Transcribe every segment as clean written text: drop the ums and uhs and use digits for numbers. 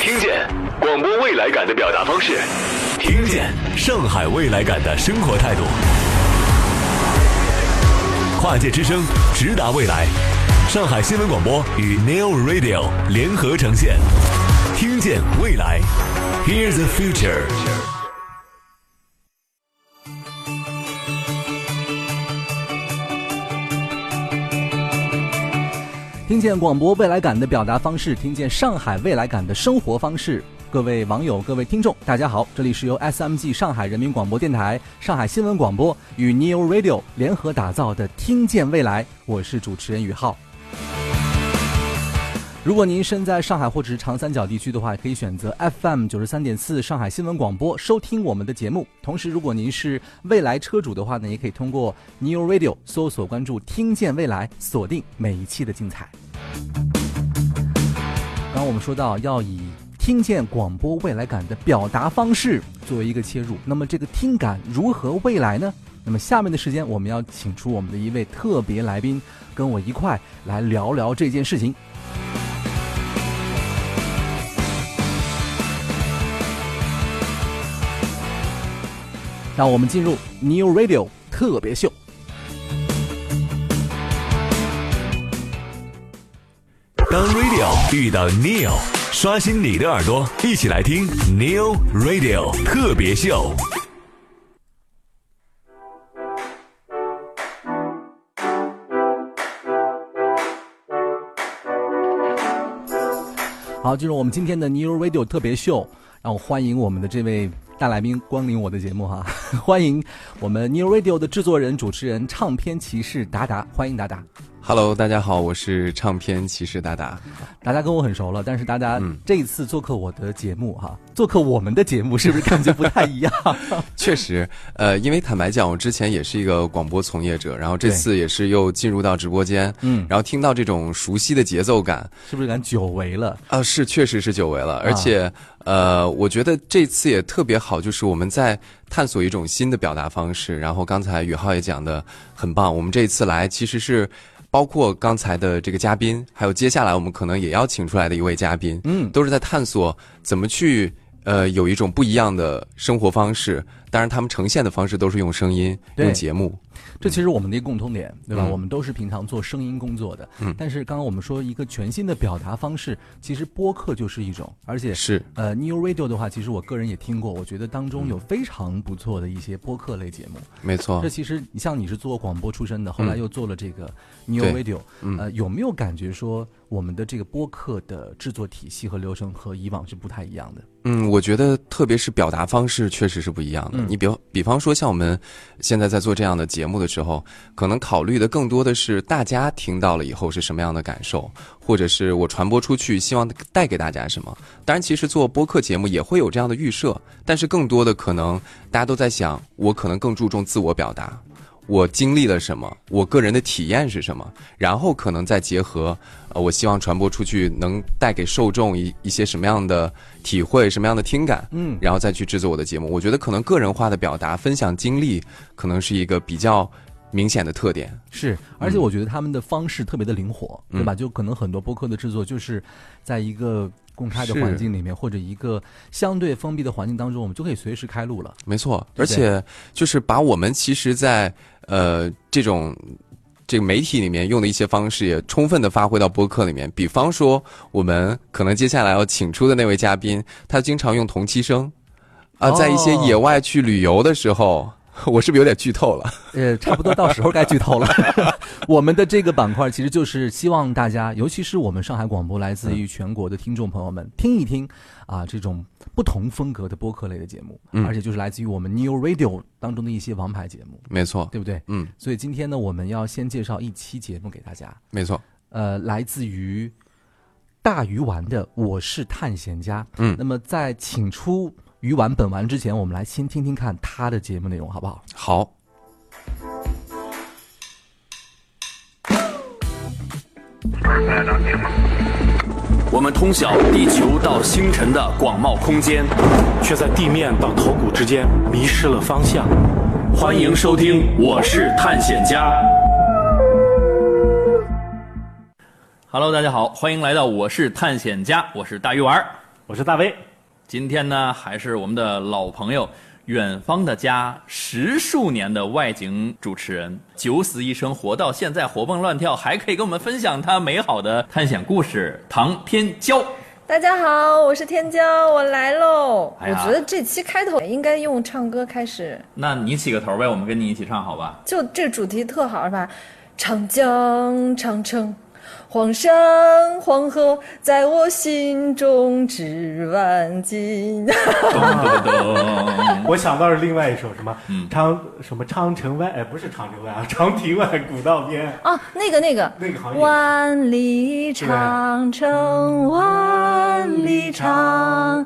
听见广播未来感的表达方式，听见上海未来感的生活态度。跨界之声，直达未来。上海新闻广播与 Neo Radio 联合呈现，听见未来 ，Here's the future。 听见广播未来感的表达方式，听见上海未来感的生活方式。各位网友，各位听众，大家好，这里是由 SMG 上海人民广播电台、上海新闻广播与 Neo Radio 联合打造的听见未来，我是主持人宇浩。如果您身在上海或者是长三角地区的话，可以选择 FM 93.4上海新闻广播收听我们的节目。同时，如果您是未来车主的话呢，也可以通过 Neo Radio 搜索关注听见未来，锁定每一期的精彩。刚刚我们说到要以听见广播未来感的表达方式作为一个切入，那么这个听感如何未来呢？那么下面的时间我们要请出我们的一位特别来宾，跟我一块来聊聊这件事情。让我们进入 Neo Radio 特别秀。 当 Radio 遇到 Neo， 刷新你的耳朵，一起来听 Neo Radio 特别秀。 好，进入我们今天的 Neo Radio 特别秀，让我欢迎我们的这位大来宾光临我的节目哈，欢迎我们 Neo Radio 的制作人、主持人、唱片骑士达达，欢迎达达。 Hello， 大家好，我是唱片骑士达达。 达达跟我很熟了，但是达达这一次做客我的节目哈，做客我们的节目，是不是感觉不太一样？ 确实，因为坦白讲，我之前也是一个广播从业者，然后这次也是又进入到直播间，然后听到这种熟悉的节奏感， 是不是感久违了？ 是，确实是久违了，而且我觉得这次也特别好，就是我们在探索一种新的表达方式。然后刚才宇浩也讲的很棒，我们这一次来其实是包括刚才的这个嘉宾，还有接下来我们可能也要请出来的一位嘉宾，都是在探索怎么去有一种不一样的生活方式。当然他们呈现的方式都是用声音、用节目。 这其实我们的一个共通点，对吧？我们都是平常做声音工作的，但是刚刚我们说一个全新的表达方式，其实播客就是一种，而且是 Neo Radio 的话，其实我个人也听过，我觉得当中有非常不错的一些播客类节目。 没错， 这其实像你是做广播出身的，后来又做了这个 Neo Radio，有没有感觉说我们的这个播客的制作体系和流程和以往是不太一样的？ 我觉得特别是表达方式确实是不一样的。你比方说像我们现在在做这样的节目的时候，可能考虑的更多的是大家听到了以后是什么样的感受，或者是我传播出去希望带给大家什么。当然其实做播客节目也会有这样的预设，但是更多的可能大家都在想，我可能更注重自我表达，我经历了什么，我个人的体验是什么，然后可能再结合我希望传播出去能带给受众一些什么样的体会，什么样的听感，然后再去制作我的节目。我觉得可能个人化的表达、分享经历可能是一个比较明显的特点。 是，而且我觉得他们的方式特别的灵活，对吧？就可能很多播客的制作就是在一个公开的环境里面，或者一个相对封闭的环境当中，我们就可以随时开录了。 没错，而且就是把我们其实在这个媒体里面用的一些方式也充分的发挥到播客里面。比方说我们可能接下来要请出的那位嘉宾，他经常用同期声在一些野外去旅游的时候，我是不是有点剧透了？ 差不多到时候该剧透了。我们的这个板块其实就是希望大家，尤其是我们上海广播来自于全国的听众朋友们，听一听这种不同风格的播客类的节目，而且就是来自于我们 Neo Radio 当中的一些王牌节目。 没错， 对不对？所以今天呢，我们要先介绍一期节目给大家。 没错， 来自于大鱼丸的《我是探险家》。那么在请出鱼丸本丸之前，我们来先听听看他的节目内容，好不好？ 好。 我们通晓地球到星辰的广袤空间， 却在地面到头骨之间迷失了方向。 欢迎收听《我是探险家》。Hello， 大家好，欢迎来到《我是探险家》，我是大鱼丸。 我是大威。 今天呢，还是我们的老朋友远方的家10数年的外景主持人，九死一生活到现在，活蹦乱跳，还可以跟我们分享他美好的探险故事，唐天骄。 大家好，我是天骄，我来喽。 哎呀我觉得这期开头应该用唱歌开始， 那你起个头呗，我们跟你一起唱好吧？ 就这主题特好，是吧？长江长城，黄山黄河，在我心中只万金。 我想到是另外一首什么长城外，不是长城外啊，长亭外古道边。 啊，那个好像万里长城万里长，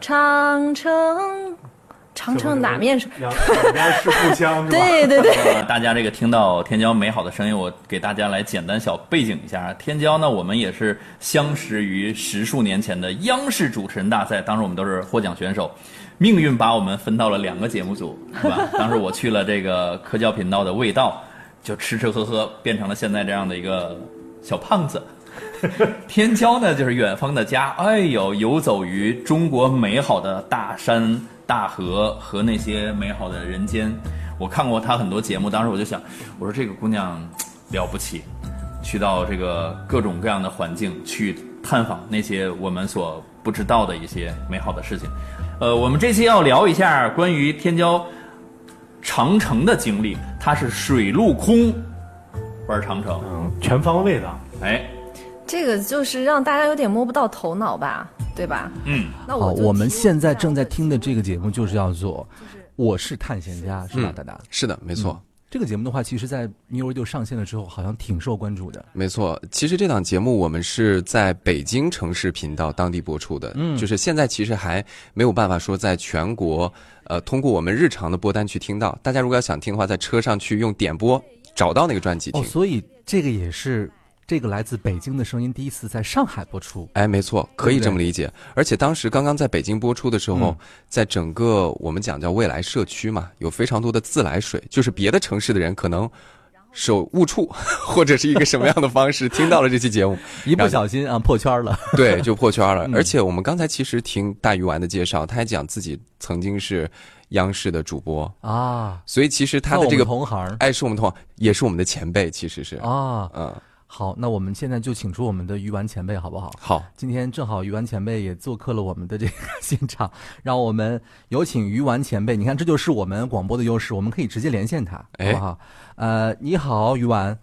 长城哪面是？ 两边是故乡，是吧？ 对。 大家这个听到天骄美好的声音，我给大家来简单小背景一下。天骄呢，我们也是相识于10数年前的央视主持人大赛，当时我们都是获奖选手。命运把我们分到了2个节目组，是吧？当时我去了这个科教频道的味道，就吃吃喝喝，变成了现在这样的一个小胖子。天骄呢，就是远方的家，哎呦，游走于中国美好的大山大河和那些美好的人间。我看过他很多节目，当时我就想，我说这个姑娘了不起，去到这个各种各样的环境去探访那些我们所不知道的一些美好的事情。我们这期要聊一下关于天骄长城的经历，他是水陆空玩长城， 全方位的。 哎， 这个就是让大家有点摸不到头脑吧，对吧？那好，我们现在正在听的这个节目就是叫做《我是探险家》，是吧，大大？ 是的，没错。 这个节目的话，其实在 New Radio 上线了之后，好像挺受关注的。 没错，其实这档节目我们是在北京城市频道当地播出的，就是现在其实还没有办法说在全国，通过我们日常的播单去听到。大家如果要想听的话，在车上去用点播找到那个专辑听。 所以这个也是这个来自北京的声音第一次在上海播出。 哎，没错，可以这么理解。而且当时刚刚在北京播出的时候，在整个我们讲叫未来社区嘛，有非常多的自来水，就是别的城市的人可能手误触或者是一个什么样的方式听到了这期节目， 一不小心破圈了。 对，就破圈了。而且我们刚才其实听大鱼丸的介绍，他还讲自己曾经是央视的主播啊，所以其实他的这个同行， 哎，是我们同行，也是我们的前辈，其实是啊，好，那我们现在就请出我们的鱼丸前辈，好不好？好，今天正好鱼丸前辈也做客了我们的这个现场，让我们有请鱼丸前辈。你看，这就是我们广播的优势，我们可以直接连线他，好不好？你好，鱼丸。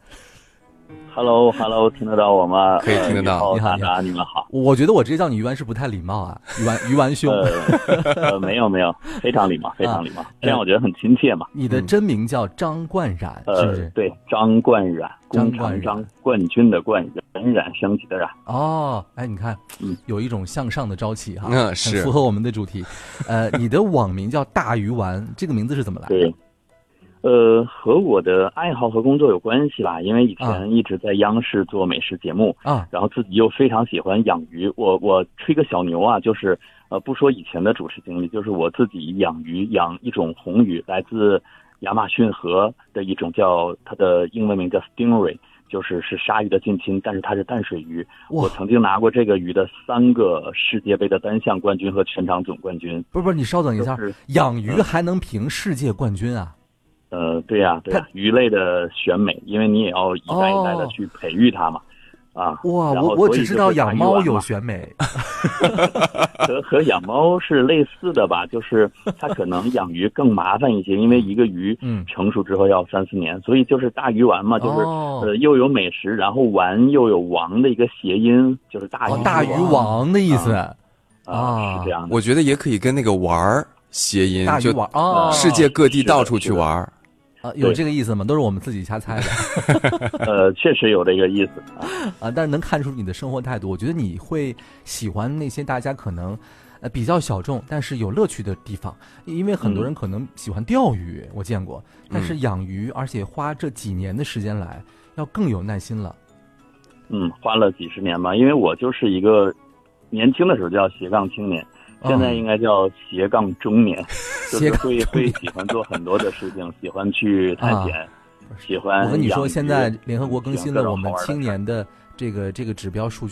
Hello， 听得到我吗？ 可以听得到。 你好， 你们好。 我觉得我直接叫你鱼丸是不太礼貌啊，鱼丸兄。 没有，非常礼貌，非常礼貌，这样我觉得很亲切嘛。 你的真名叫张冠冉，是不是？ 对，张冠冉，弓长张，冠军的冠，冉冉升起的冉。 哦，哎，你看，有一种向上的朝气哈， 是很符合我们的主题。你的网名叫大鱼丸，这个名字是怎么来的？ 对。和我的爱好和工作有关系吧，因为以前一直在央视做美食节目然后自己又非常喜欢养鱼。我吹个小牛啊，就是不说以前的主持经历，就是我自己养鱼，养一种红鱼，来自亚马逊河的一种叫它的英文名叫 stingray， 是鲨鱼的近亲，但是它是淡水鱼。我曾经拿过这个鱼的3个世界杯的单项冠军和全场总冠军。 不是，你稍等一下，养鱼还能评世界冠军啊？ 对呀，鱼类的选美，因为你也要一代一代的去培育它嘛，哇， 我只知道养猫有选美， 和养猫是类似的吧，就是它可能养鱼更麻烦一些，因为一个鱼成熟之后要3-4年，所以就是大鱼丸嘛，就是又有美食，然后丸又有王的一个谐音，就是大鱼王的意思是这样的。 我觉得也可以跟那个玩儿谐音， 大鱼丸世界各地到处去玩。 有这个意思吗？都是我们自己瞎猜的。 确实有这个意思但是能看出你的生活态度。我觉得你会喜欢那些大家可能比较小众但是有乐趣的地方，因为很多人可能喜欢钓鱼，我见过，但是养鱼而且花这几年的时间来要更有耐心了。 花了几十年吧，因为我就是一个年轻的时候叫斜杠青年，现在应该叫斜杠中年，就是会喜欢做很多的事情，喜欢去探险，喜欢。 我跟你说，现在联合国更新了我们青年的这个指标数据，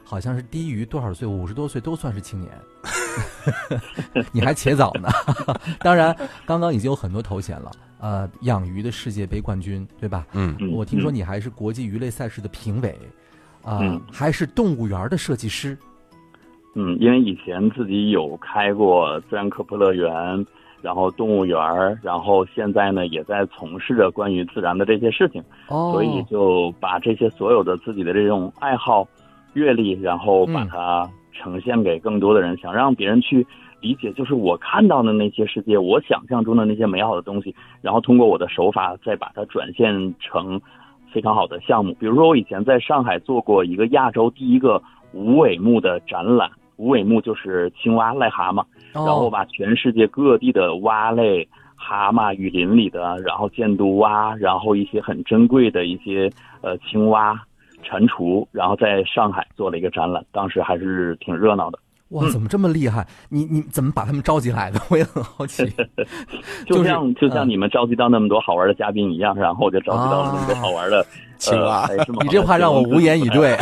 好像是低于多少岁，50多岁都算是青年。你还且早呢。当然，刚刚已经有很多头衔了。养鱼的世界杯冠军，对吧？我听说你还是国际鱼类赛事的评委，还是动物园的设计师。 因为以前自己有开过自然科普乐园，然后动物园，然后现在呢也在从事着关于自然的这些事情，所以就把这些所有的自己的这种爱好、阅历，然后把它呈现给更多的人，想让别人去理解，就是我看到的那些世界，我想象中的那些美好的东西，然后通过我的手法再把它转现成非常好的项目。比如说我以前在上海做过一个亚洲第一个无尾目的展览，无尾目就是青蛙、癞蛤蟆，然后我把全世界各地的蛙类、蛤蟆、雨林里的，然后箭肚蛙，然后一些很珍贵的一些青蛙、蟾蜍，然后在上海做了一个展览，当时还是挺热闹的。 哇，怎么这么厉害？你怎么把他们召集来的？我也很好奇。 就像你们召集到那么多好玩的嘉宾一样，然后我就召集到了那么多好玩的青蛙。 你这话让我无言以对。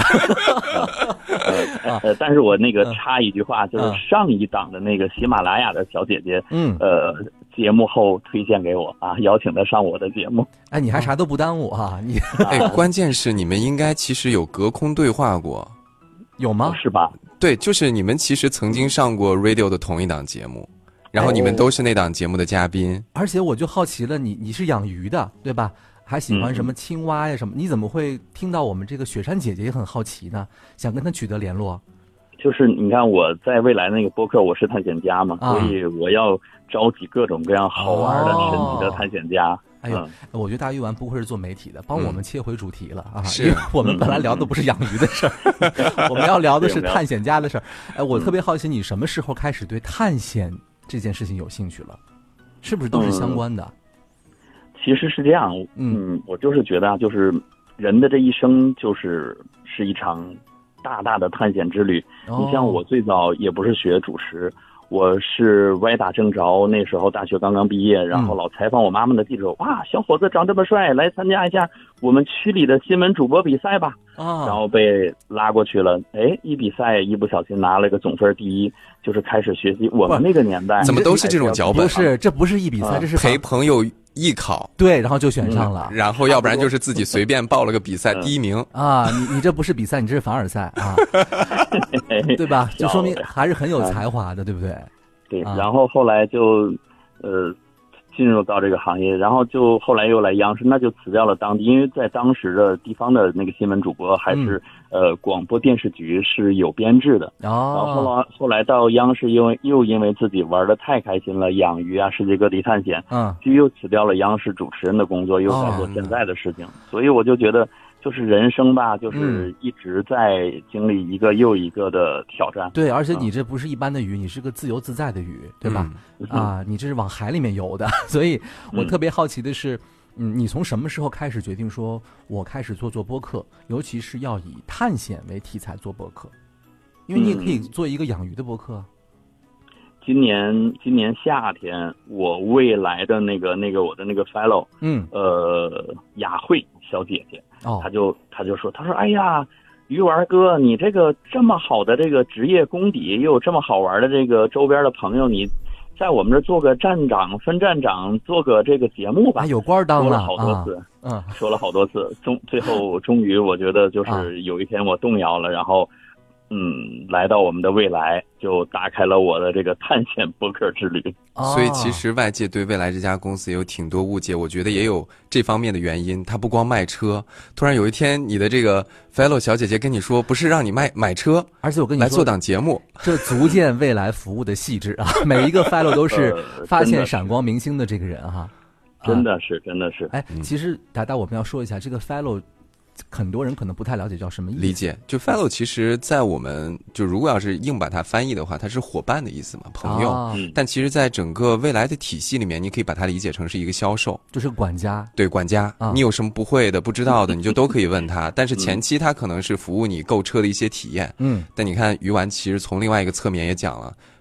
但是我那个插一句话，就是上一档的那个喜马拉雅的小姐姐，节目后推荐给我啊，邀请她上我的节目。 哎，你还啥都不耽误啊？你关键是你们应该其实有隔空对话过， 有吗？ 是吧？ 对，就是你们其实曾经上过 Radio 的同一档节目，然后你们都是那档节目的嘉宾。 而且我就好奇了，你是养鱼的对吧？还喜欢什么青蛙呀什么？你怎么会听到我们这个雪山姐姐也很好奇呢？想跟她取得联络？ 就是你看我在未来那个播客我是探险家嘛，所以我要召集各种各样好玩的、神奇的探险家。 哎呦，我觉得大鱼丸不愧是做媒体的，帮我们切回主题了啊！因为我们本来聊的不是养鱼的事儿，我们要聊的是探险家的事儿。哎，我特别好奇，你什么时候开始对探险这件事情有兴趣了？是不是都是相关的？ 其实是这样，我就是觉得啊，就是人的这一生是一场大大的探险之旅。你像我最早也不是学主持。我是歪打正着，那时候大学刚刚毕业，然后老采访我妈妈的记者，哇，小伙子长这么帅，来参加一下我们区里的新闻主播比赛吧。然后被拉过去了，一比赛一不小心拿了个总分第一，就是开始学习。我们那个年代怎么都是这种脚本？ 不是，这不是一比赛，这是陪朋友艺考。 对，然后就选上了， 然后要不然就是自己随便报了个比赛第一名啊！你这不是比赛，你这是凡尔赛啊，对吧？就说明还是很有才华的，对不对？ 对，然后后来就进入到这个行业，然后就后来又来央视，那就辞掉了当地，因为在当时的地方的那个新闻主播还是广播电视局是有编制的。然后后来到央视，因为自己玩的太开心了，养鱼啊，世界各地探险，就又辞掉了央视主持人的工作，又在做现在的事情。所以我就觉得，就是人生吧，就是一直在经历一个又一个的挑战。 对，而且你这不是一般的鱼，你是个自由自在的鱼，对吧？你这是往海里面游的。所以我特别好奇的是，你从什么时候开始决定说我开始做播客，尤其是要以探险为题材做播客？因为你也可以做一个养鱼的播客。 今年夏天，我未来的那个我的那个 fellow，雅慧小姐姐，她就说，她说，哎呀，鱼丸哥，你这么好的这个职业功底，又有这么好玩的这个周边的朋友，你在我们这做个站长、分站长，做个这个节目吧。 有官当了， 说了好多次，说了好多次，最后终于我觉得就是有一天我动摇了，然后。来到我们的未来，就打开了我的这个探险播客之旅。 所以其实外界对未来这家公司也有挺多误解，我觉得也有这方面的原因。它不光卖车，突然有一天你的这个 fellow 小姐姐跟你说，不是让你买车， 而且我跟你说来做档节目， 这足见未来服务的细致啊！每一个 fellow 都是发现闪光明星的这个人哈。 真的是。 哎，其实达我们要说一下这个 fellow。很多人可能不太了解叫什么意思。 理解，就 fellow 其实在我们就如果要是硬把它翻译的话，它是伙伴的意思嘛，朋友。但其实在整个未来的体系里面，你可以把它理解成是一个销售， 就是管家。 对，管家，你有什么不会的、不知道的，你就都可以问他。但是前期他可能是服务你购车的一些体验。但你看鱼丸其实从另外一个侧面也讲了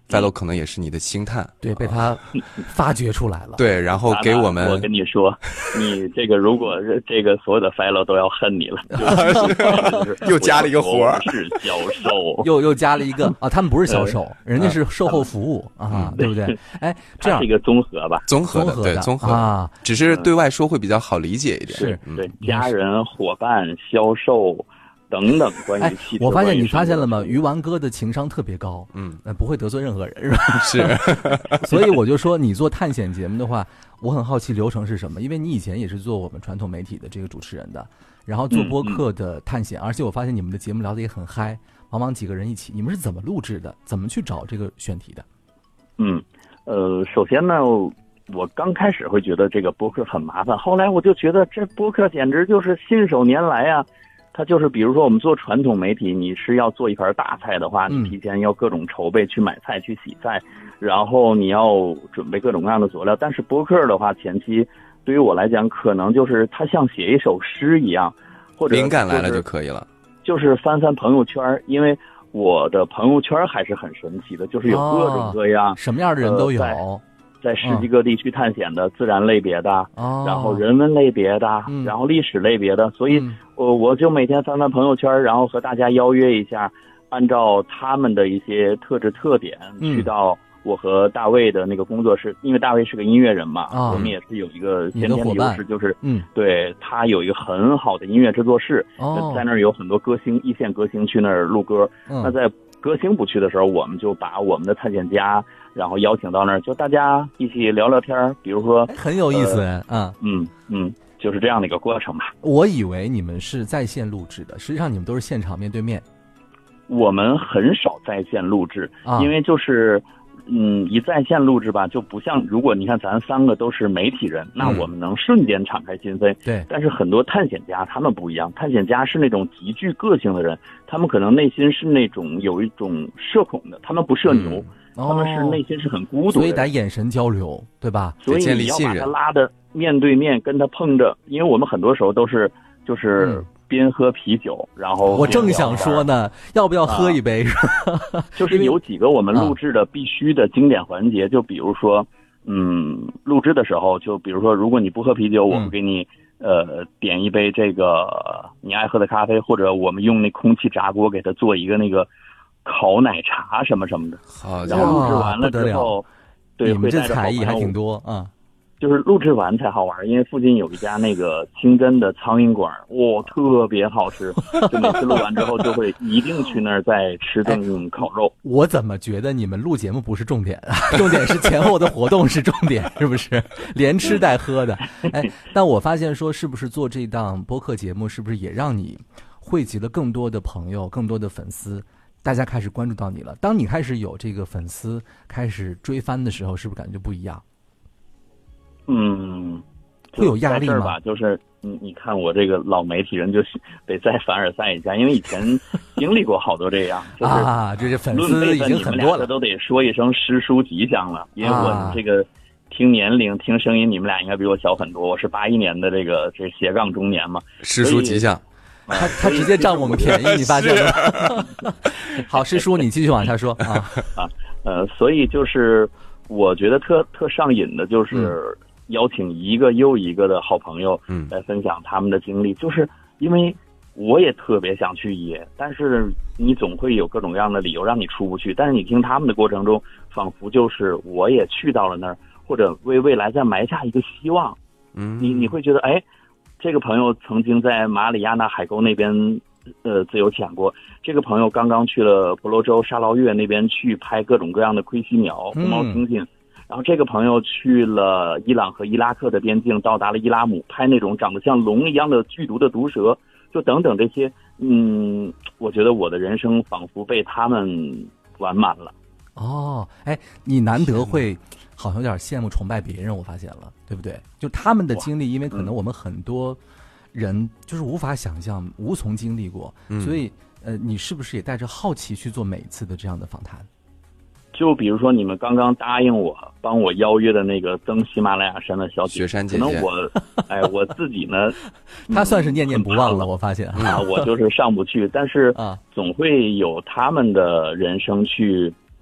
fellow 可能也是你的星探， 对，被他发掘出来了。 对，然后给我们， 我跟你说，你这个如果这个所有的 fellow 都要恨你了， 又加了一个活儿， 是销售， 又加了一个啊，他们不是销售，人家是售后服务啊，对不对？哎，这样是一个综合吧， 综合的，对，综合啊，只是对外说会比较好理解一点， 是对家人、伙伴、销售。等等关于汽车， 我发现你发现了吗？鱼丸哥的情商特别高，不会得罪任何人，是吧？ 是， 所以我就说，你做探险节目的话，我很好奇流程是什么，因为你以前也是做我们传统媒体的这个主持人的，然后做播客的探险，而且我发现你们的节目聊得也很嗨，往往几个人一起，你们是怎么录制的？怎么去找这个选题的？ 首先呢，我刚开始会觉得这个播客很麻烦，后来我就觉得这播客简直就是信手拈来啊。它就是比如说我们做传统媒体，你是要做一盘大菜的话，你提前要各种筹备，去买菜去洗菜，然后你要准备各种各样的佐料。但是播客的话，前期对于我来讲，可能就是它像写一首诗一样，或者灵感来了就可以了， 就是翻翻朋友圈，因为我的朋友圈还是很神奇的，就是有各种各样、 什么样的人都有。 在世界各地去探险的，自然类别的，然后人文类别的，然后历史类别的，所以我就每天翻翻朋友圈，然后和大家邀约一下，按照他们的一些特质特点，去到我和大卫的那个工作室，因为大卫是个音乐人嘛，我们也是有一个先天的优势，就是对他有一个很好的音乐制作室，在那儿有很多歌星，一线歌星去那儿录歌，那在歌星不去的时候，我们就把我们的探险家，然后邀请到那儿，就大家一起聊聊天，比如说很有意思就是这样的一个过程吧。 我以为你们是在线录制的，实际上你们都是现场面对面。 我们很少在线录制，因为就是一在线录制吧，就不像如果你看咱三个都是媒体人，那我们能瞬间敞开心扉。 对， 但是很多探险家他们不一样，探险家是那种极具个性的人，他们可能内心是那种有一种社恐的，他们不社牛，他们是内心是很孤独的， 所以得眼神交流，对吧？ 所以你要把他拉的面对面跟他碰着，因为我们很多时候都是就是边喝啤酒，然后我正想说呢，要不要喝一杯？ 就是有几个我们录制的必须的经典环节，就比如说，录制的时候，就比如说，如果你不喝啤酒，我们给你点一杯这个你爱喝的咖啡，或者我们用那空气炸锅给它做一个那个烤奶茶什么什么的。然后录制完了之后，对， 你们这才艺还挺多啊。 就是录制完才好玩，因为附近有一家那个清真的苍蝇馆，特别好吃，就每次录完之后就会一定去那儿再吃顿烤肉。 我怎么觉得你们录节目不是重点啊？重点是前后的活动是重点，是不是？连吃带喝的。但我发现说，是不是做这档播客节目，是不是也让你汇集了更多的朋友、更多的粉丝？大家开始关注到你了。当你开始有这个粉丝开始追番的时候，是不是感觉不一样？会有压力吗？ 吧，就是你看我这个老媒体人，就是得再凡尔赛一下，因为以前经历过好多这样，就是这粉丝已经很多了， 都得说一声师叔吉祥了，因为我这个听年龄、听声音，你们俩应该比我小很多。我是81年的这斜杠中年嘛， 师叔吉祥。 他直接占我们便宜，你发现了？好，师叔，你继续往下说所以就是我觉得特上瘾的，就是邀请一个又一个的好朋友，来分享他们的经历。就是因为我也特别想去野，但是你总会有各种各样的理由让你出不去。但是你听他们的过程中，仿佛就是我也去到了那儿，或者为未来再埋下一个希望。你会觉得，这个朋友曾经在马里亚纳海沟那边自由潜过，这个朋友刚刚去了婆罗洲沙捞越那边去拍各种各样的盔西鸟、红毛猩猩，然后这个朋友去了伊朗和伊拉克的边境，到达了伊拉姆，拍那种长得像龙一样的剧毒的毒蛇，就等等这些。我觉得我的人生仿佛被他们完满了。 你难得会好像有点羡慕崇拜别人，我发现了，对不对？就他们的经历，因为可能我们很多人就是无法想象，无从经历过，所以你是不是也带着好奇去做每一次的这样的访谈？ 就比如说你们刚刚答应我帮我邀约的那个登喜马拉雅山的小姐姐， 雪山姐姐， 可能我自己呢， 她算是念念不忘了，我发现我就是上不去，但是总会有他们的人生去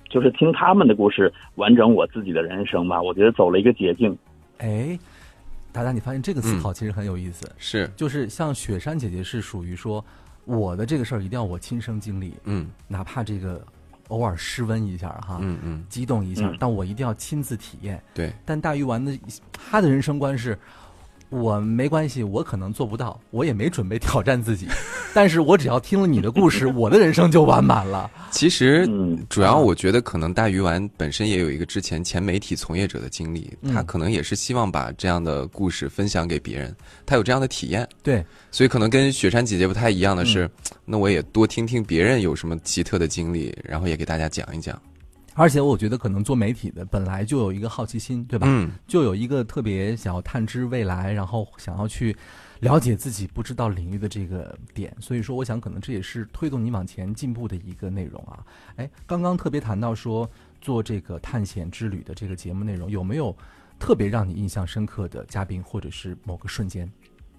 就是听他们的故事完整我自己的人生吧。我觉得走了一个捷径。 哎，达达，你发现这个思考其实很有意思， 是， 就是像雪山姐姐是属于说，我的这个事儿一定要我亲身经历，哪怕这个偶尔失温一下哈，激动一下，但我一定要亲自体验。 对， 但大鱼丸的他的人生观是，我没关系，我可能做不到，我也没准备挑战自己，但是我只要听了你的故事，我的人生就完满了。 其实主要我觉得可能大鱼丸本身也有一个前媒体从业者的经历，他可能也是希望把这样的故事分享给别人，他有这样的体验。 对， 所以可能跟雪山姐姐不太一样的是，那我也多听听别人有什么奇特的经历，然后也给大家讲一讲。 而且我觉得可能做媒体的本来就有一个好奇心，对吧？就有一个特别想要探知未来，然后想要去了解自己不知道领域的这个点，所以说我想可能这也是推动你往前进步的一个内容啊。哎，刚刚特别谈到说做这个探险之旅的这个节目内容，有没有特别让你印象深刻的嘉宾或者是某个瞬间？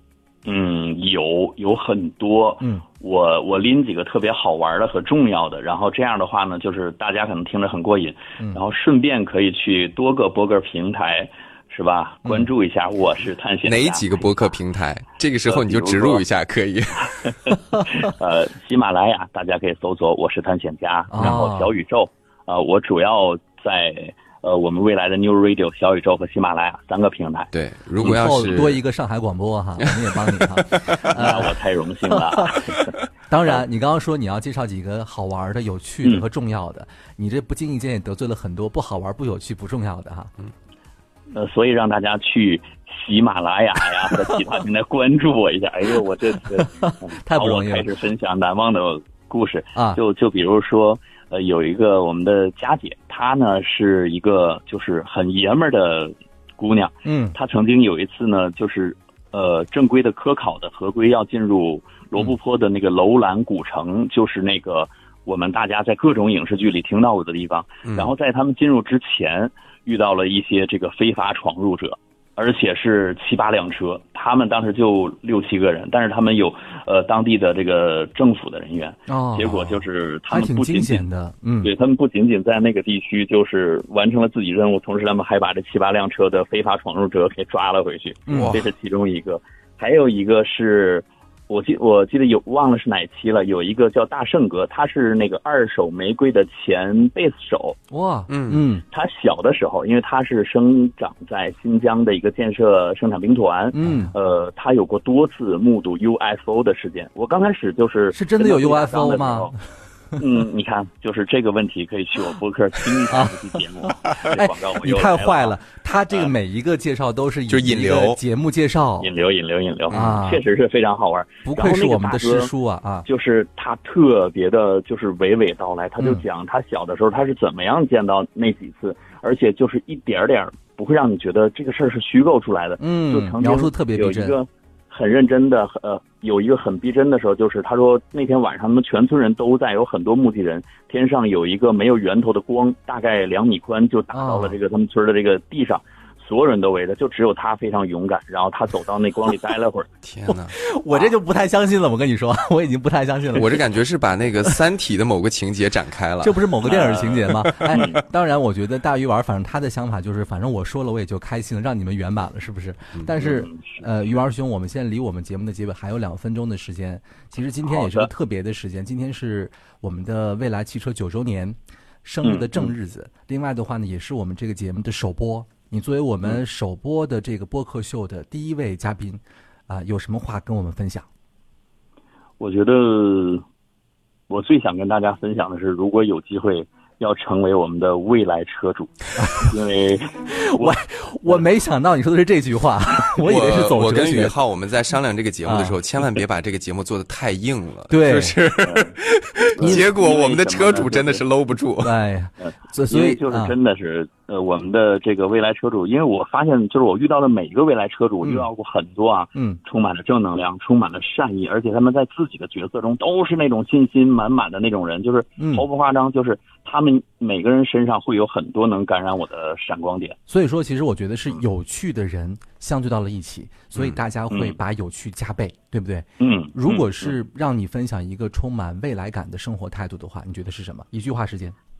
有很多。我拎几个特别好玩的和重要的，然后这样的话呢，就是大家可能听着很过瘾，然后顺便可以去多个播客平台，是吧？关注一下我是探险家。 哪几个播客平台？这个时候你就植入一下可以。 喜马拉雅大家可以搜索我是探险家，然后小宇宙，我主要在我们未来的 New Radio、 小宇宙和喜马拉雅3个平台。 对，如果要是多一个上海广播哈，我们也帮你哈。 那我太荣幸了。 当然，你刚刚说你要介绍几个好玩的、有趣的和重要的，你这不经意间也得罪了很多不好玩、不有趣、不重要的哈。 所以让大家去喜马拉雅呀和其他平台关注我一下。哎呦，我这次太不容易了。 我开始分享难忘的故事啊，就比如说。有一个我们的佳姐，她呢是一个就是很爷们儿的姑娘。她曾经有一次呢，就是正规的科考的合规要进入罗布泊的那个楼兰古城，就是那个我们大家在各种影视剧里听到过的地方。然后在他们进入之前，遇到了一些这个非法闯入者。而且是7、8辆车，他们当时就6、7个人，但是他们有当地的这个政府的人员。结果就是他们不仅仅的， 对，他们不仅仅在那个地区就是完成了自己任务，同时他们还把这7、8辆车的非法闯入者给抓了回去。这是其中一个，还有一个是。我记得忘了是哪期了，有一个叫大圣哥，他是那个二手玫瑰的前贝斯手。 哇， 他小的时候，因为他是生长在新疆的一个建设生产兵团，他有过多次目睹 UFO 的事件。我刚开始是真的有 UFO 吗？ 你看，就是这个问题可以去我播客听一下这期节目。 哎，你太坏了！他这个每一个介绍都是就引流节目介绍， 引流啊，确实是非常好玩。 不愧是我们的师叔啊！ 就是他特别的，就是娓娓道来，他就讲他小的时候他是怎么样见到那几次，而且就是一点点不会让你觉得这个事儿是虚构出来的。就曾经描述特别逼真。 有一个很认真的，有一个很逼真的时候，就是他说那天晚上他们全村人都在，有很多目击人，天上有一个没有源头的光，大概2米宽，就打到了这个他们村的这个地上。所有人都围着，就只有他非常勇敢，然后他走到那光里待了会儿。 天哪， 我这就不太相信了。我跟你说，我已经不太相信了。 我这感觉是把那个《三体》的某个情节展开了， 这不是某个电影情节吗？哎，当然，我觉得大鱼丸，反正他的想法就是，反正我说了我也就开心了，让你们圆满了，是不是？但是，鱼丸兄，我们现在离我们节目的结尾还有2分钟的时间。其实今天也是个特别的时间，今天是我们的未来汽车9周年生日的正日子。另外的话呢，也是我们这个节目的首播。你作为我们首播的这个播客秀的第一位嘉宾，有什么话跟我们分享？ 我觉得我最想跟大家分享的是，如果有机会要成为我们的未来车主，因为我没想到你说的是这句话，我以为是走哲学。 我跟宇浩我们在商量这个节目的时候，千万别把这个节目做得太硬了， 对， 就是结果我们的车主真的是搂不住。 哎， 所以就是真的是我们的这个未来车主，因为我发现就是我遇到的每一个未来车主，遇到过很多啊，充满了正能量，充满了善意，而且他们在自己的角色中都是那种信心满满的那种人，就是毫不夸张，就是他们每个人身上会有很多能感染我的闪光点。 所以说，其实我觉得是有趣的人相聚到了一起，所以大家会把有趣加倍，对不对？如果是让你分享一个充满未来感的生活态度的话，你觉得是什么？1句话时间。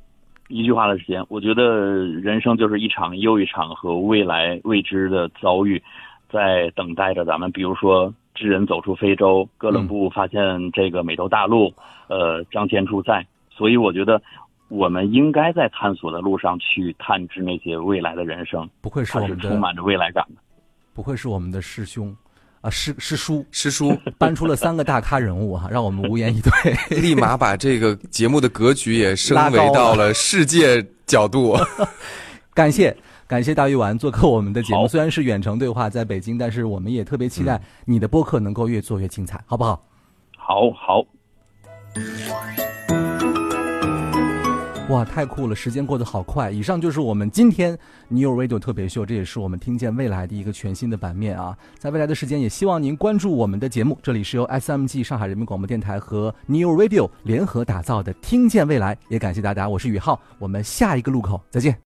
一句话的时间，我觉得人生就是一场又一场和未来未知的遭遇，在等待着咱们。比如说，智人走出非洲，哥伦布发现这个美洲大陆，张骞出塞。所以我觉得，我们应该在探索的路上去探知那些未来的人生。 不愧是我们的， 它是充满着未来感的。 不愧是我们的师兄。师叔搬出了3个大咖人物哈，让我们无言以对， 立马把这个节目的格局也升维到了世界角度。 感谢大鱼丸做客我们的节目，虽然是远程对话在北京，但是我们也特别期待你的播客能够越做越精彩，好不好？ 好。 哇，太酷了！时间过得好快。以上就是我们今天 Neo Radio 特别秀，这也是我们听见未来的一个全新的版面啊！在未来的时间，也希望您关注我们的节目。这里是由 SMG 上海人民广播电台和 Neo Radio 联合打造的《听见未来》，也感谢大家，我是宇浩，我们下一个路口再见。